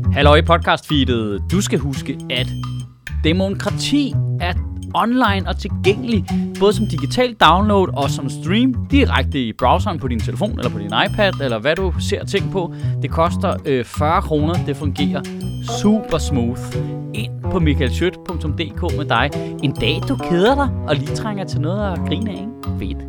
Halløj i podcastfeedet. Du skal huske, at demokrati er online og tilgængelig, både som digital download og som stream direkte i browseren på din telefon eller på din iPad, eller hvad du ser ting på. Det koster 40 kroner. Det fungerer super smooth. Ind på michaelschødt.dk med dig. En dag du keder dig og lige trænger til noget at grine af, ikke? Fedt.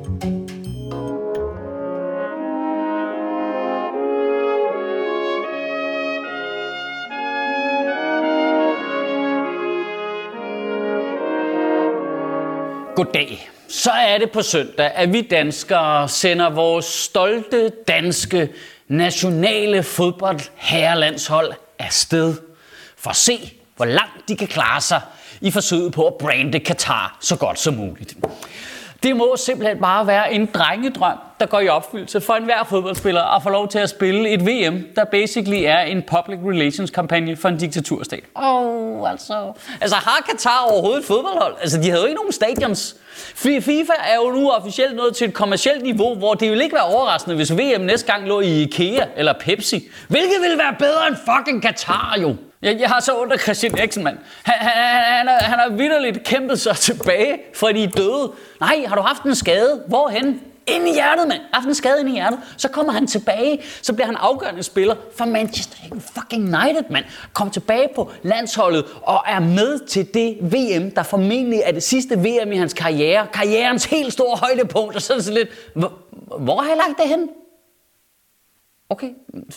Goddag. Så er det på søndag, at vi danskere sender vores stolte danske nationale fodboldherrelandshold afsted for at se, hvor langt de kan klare sig i forsøget på at brande Qatar så godt som muligt. Det må simpelthen bare være en drengedrøm, der går i opfyldelse for enhver fodboldspiller at få lov til at spille et VM, der basically er en public relations kampagne for en diktaturstat. Altså har Qatar overhovedet et fodboldhold? Altså de havde jo ikke nogen stadions. FIFA er jo nu officielt nået til et kommercielt niveau, hvor det ville ikke være overraskende, hvis VM næste gang lå i IKEA eller Pepsi. Hvilket ville være bedre end fucking Qatar jo. Jeg har så ondt af Christian Eriksen, mand. Han har vitterligt kæmpet sig tilbage fra de døde. Nej, har du haft en skade? Hvorhen? Inde i hjertet, mand. Haft en skade inde i hjertet. Så kommer han tilbage. Så bliver han afgørende spiller for Manchester fucking United, mand. Kom tilbage på landsholdet og er med til det VM, der formentlig er det sidste VM i hans karriere. Karrierens helt store højdepunkt. Og så er det så lidt, hvor har jeg lagt det hen? Okay,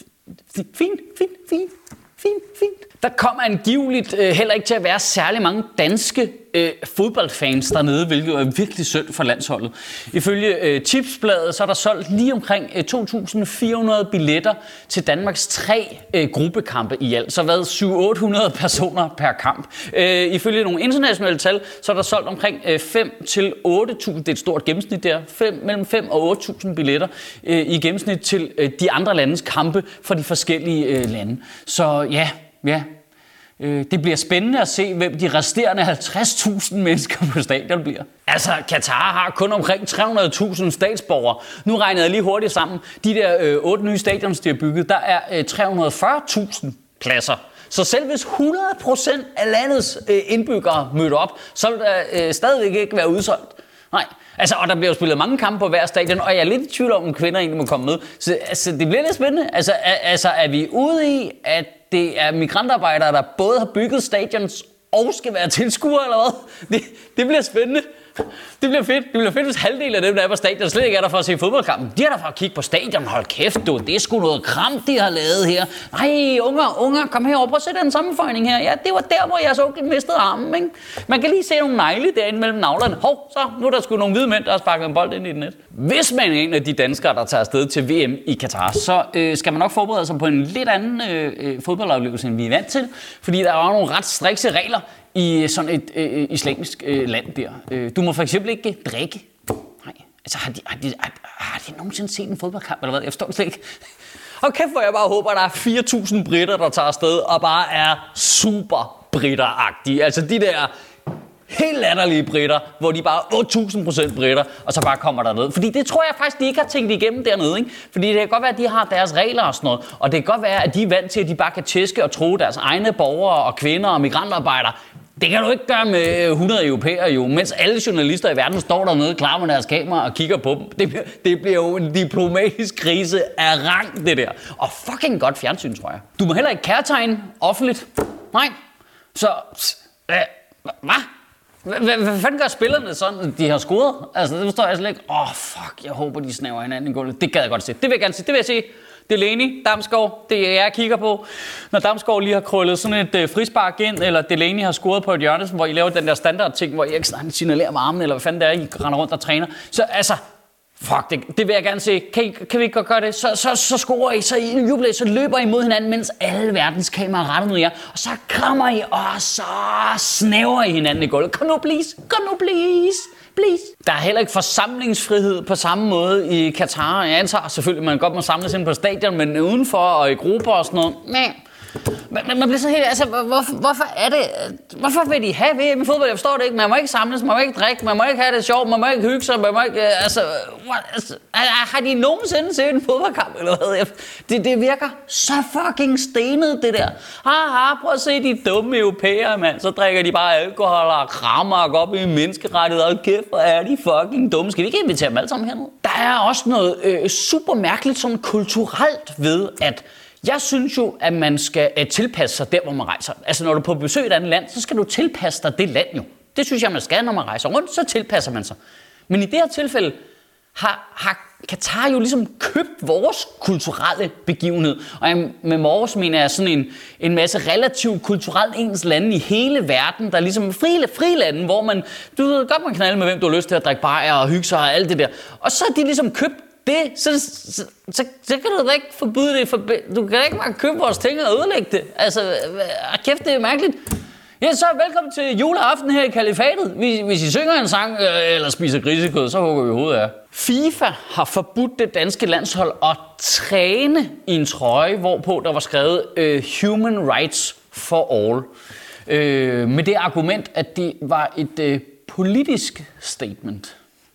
fint. Der kommer angiveligt heller ikke til at være særlig mange danske fodboldfans dernede, hvilket er virkelig synd for landsholdet. Ifølge Tipsbladet så er der solgt lige omkring 2.400 billetter til Danmarks 3 gruppekampe i alt. Så hvad 700-800 personer per kamp. Ifølge nogle internationale tal, så er der solgt omkring 5 til 8.000, det er et stort gennemsnit der, mellem 5 og 8.000 billetter i gennemsnit til de andre landes kampe for de forskellige lande. Så ja. Det bliver spændende at se, hvem de resterende 50.000 mennesker på stadion bliver. Altså, Qatar har kun omkring 300.000 statsborgere. Nu regner jeg lige hurtigt sammen. De der 8 nye stadions, de har bygget, der er 340.000 pladser. Så selv hvis 100% af landets indbyggere mødte op, så vil der stadigvæk ikke være udsolgt. Nej, altså, og der bliver jo spillet mange kampe på hver stadion, og jeg er lidt i tvivl om kvinder egentlig må komme med. Så altså, det bliver lidt spændende. Altså, er vi ude i, at det er migrantarbejdere, der både har bygget stadions og skal være tilskuere, eller hvad? Det bliver spændende. Det bliver fedt. Det bliver fedt, hvis halvdelen af dem, der er på stadion, slet ikke er der for at se fodboldkampen. De er der for at kigge på stadion. Hold kæft, du. Det er sgu noget kram, de har lavet her. Nej, unger, kom herover. Prøv at se den sammenføjning her. Ja, det var der, hvor jeres onkel mistede armen, ikke? Man kan lige se nogle negle derinde mellem navlerne. Hov, så nu er der sgu nogle hvide mænd, der har sparket en bold ind i den net. Hvis man er en af de danskere, der tager afsted til VM i Qatar, så skal man nok forberede sig på en lidt anden fodboldoplevelse, end vi er vant til. Fordi der er nogle ret strikse regler i sådan et islamisk land der. Du må for eksempel ikke drikke. Nej, altså har de nogensinde set en fodboldkamp eller hvad? Jeg forstår det slet ikke. Og kæft, hvor jeg bare håber, der er 4.000 britter, der tager afsted og bare er super britter-agtige. Altså de der helt latterlige britter, hvor de bare er 8.000% britter, og så bare kommer der ned. Fordi det tror jeg faktisk, de ikke har tænkt igennem dernede, ikke? Fordi det kan godt være, at de har deres regler og sådan noget, og det kan godt være, at de er vant til, at de bare kan tæske og tro deres egne borgere og kvinder og migrantarbejdere. Det kan du ikke gøre med 100 europæere jo, mens alle journalister i verden står dernede klar med deres kamera og kigger på dem. Det bliver jo en diplomatisk krise af rang, det der. Og fucking godt fjernsyn, tror jeg. Du må heller ikke kærtegne offentligt. Nej. Så, hvad? Hvad fanden gør spillerne sådan, de har scoret? Altså, det forstår jeg slet ikke. Fuck, jeg håber, de snæver hinanden i gulvet. Det gad jeg godt se. Det vil jeg gerne se. Det vil jeg se. Delaney, Damsgaard, det jeg kigger på. Når Damsgaard lige har krøllet sådan et frispark ind, eller Delaney har scoret på et hjørne, hvor I laver den der standardting, hvor Eriksen han signalerer med armen, eller hvad fanden det er, I render rundt og træner. Så altså, fuck, det vil jeg gerne se. Kan vi ikke godt gøre det? Så scorer I, så I jubler, så løber I mod hinanden, mens alle verdens kameraer retter mod jer. Og så krammer I, og så snæver I hinanden i gulvet. Kom nu, please. Der er heller ikke forsamlingsfrihed på samme måde i Qatar. Jeg antager selvfølgelig, at man godt må samles ind på stadion, men udenfor og i grupper og sådan noget. Man bliver så helt, altså, hvorfor vil de have VM i fodbold? Jeg forstår det ikke. Man må ikke samles, man må ikke drikke, man må ikke have det sjovt, man må ikke hygge sig, man må ikke, har de nogensinde set en fodboldkamp, eller hvad? Det virker så fucking stenet, det der. Prøv at se de dumme europæere, mand. Så drikker de bare alkohol og krammer og går op i menneskerettigheder, og kæft, hvor er de fucking dumme. Skal vi ikke invitere dem alle sammen hernede? Der er også noget super mærkeligt, sådan kulturelt ved, at jeg synes jo, at man skal tilpasse sig der, hvor man rejser. Altså, når du er på besøg i et andet land, så skal du tilpasse dig det land jo. Det synes jeg, man skal, når man rejser rundt, så tilpasser man sig. Men i det her tilfælde har Katar jo ligesom købt vores kulturelle begivenhed. Og med vores mener jeg sådan en masse relativt kulturelt ens lande i hele verden, der er ligesom frilande, hvor man, du ved godt, man knalde med hvem du har lyst til at drikke bajer og hygge sig og alt det der. Og så har de ligesom købt det, så kan du da ikke forbyde det. Du kan da ikke bare købe vores ting og ødelægge det. Altså, kæft, det er mærkeligt. Ja, så velkommen til juleaften her i Kalifatet. Hvis I synger en sang eller spiser grisekød, så hugger vi hovedet af. FIFA har forbudt det danske landshold at træne i en trøje, hvorpå der var skrevet Human Rights for All. Med det argument, at det var et politisk statement.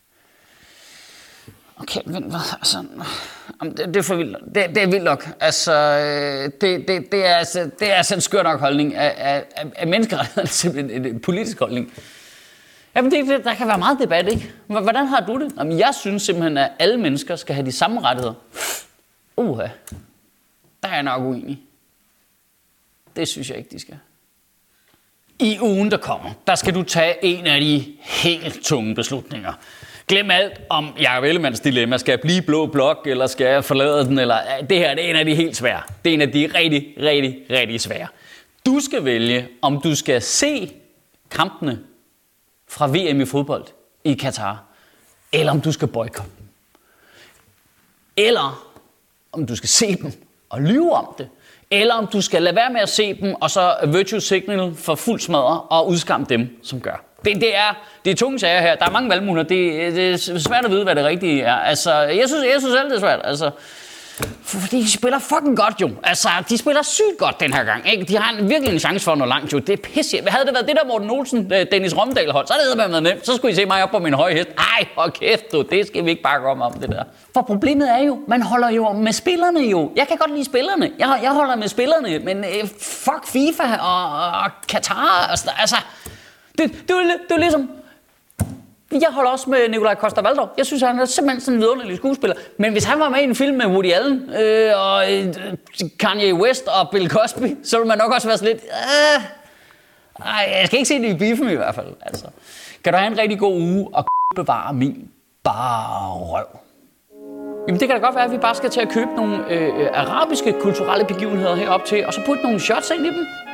Okay, altså, det er for vildt. Det er vildt nok. Altså, det er altså en skør nok holdning af menneskerettighederne, simpelthen en politisk holdning. Jamen, der kan være meget debat, ikke? Hvordan har du det? Jamen, jeg synes simpelthen, at alle mennesker skal have de samme rettigheder. Der er jeg nok uenig. Det synes jeg ikke, de skal. I ugen, der kommer, der skal du tage en af de helt tunge beslutninger. Glem alt om Jakob Ellemanns dilemma. Skal jeg blive blå blok, eller skal jeg forlade den? Eller, det her det er en af de helt svære. Det er en af de rigtig, rigtig, rigtig svære. Du skal vælge, om du skal se kampene fra VM i fodbold i Katar, eller om du skal boykotte dem. Eller om du skal se dem og lyve om det. Eller om du skal lade være med at se dem, og så virtue signal for fuld smadre og udskamme dem, som gør. Det er tunge sager her. Der er mange valgmuligheder. Det er svært at vide, hvad det rigtige er. Altså, jeg synes selv, det er svært. Altså, fordi de spiller fucking godt jo. Altså, de spiller sygt godt den her gang. Ikke? De har virkelig en chance for at nå langt jo. Det er pisse. Havde det været det der Morten Olsen, Dennis Romdal hold, så havde det været nemt. Så skulle I se mig op på min høje hest. Ej, hvor kæft du. Det skal vi ikke bare komme om det der. For problemet er jo, man holder jo med spillerne jo. Jeg kan godt lide spillerne. Jeg holder med spillerne. Men fuck FIFA og Katar. Altså, det er ligesom... Jeg holder også med Nikolaj Coster-Waldau. Jeg synes, han er simpelthen sådan en vidunderlig skuespiller. Men hvis han var med i en film med Woody Allen, og Kanye West og Bill Cosby, så ville man nok også være sådan lidt... jeg skal ikke se det i biffen i hvert fald. Altså. Kan du have en rigtig god uge og bevare min bare røv? Jamen det kan da godt være, at vi bare skal til at købe nogle arabiske kulturelle begivenheder herop til, og så putte nogle shots ind i dem.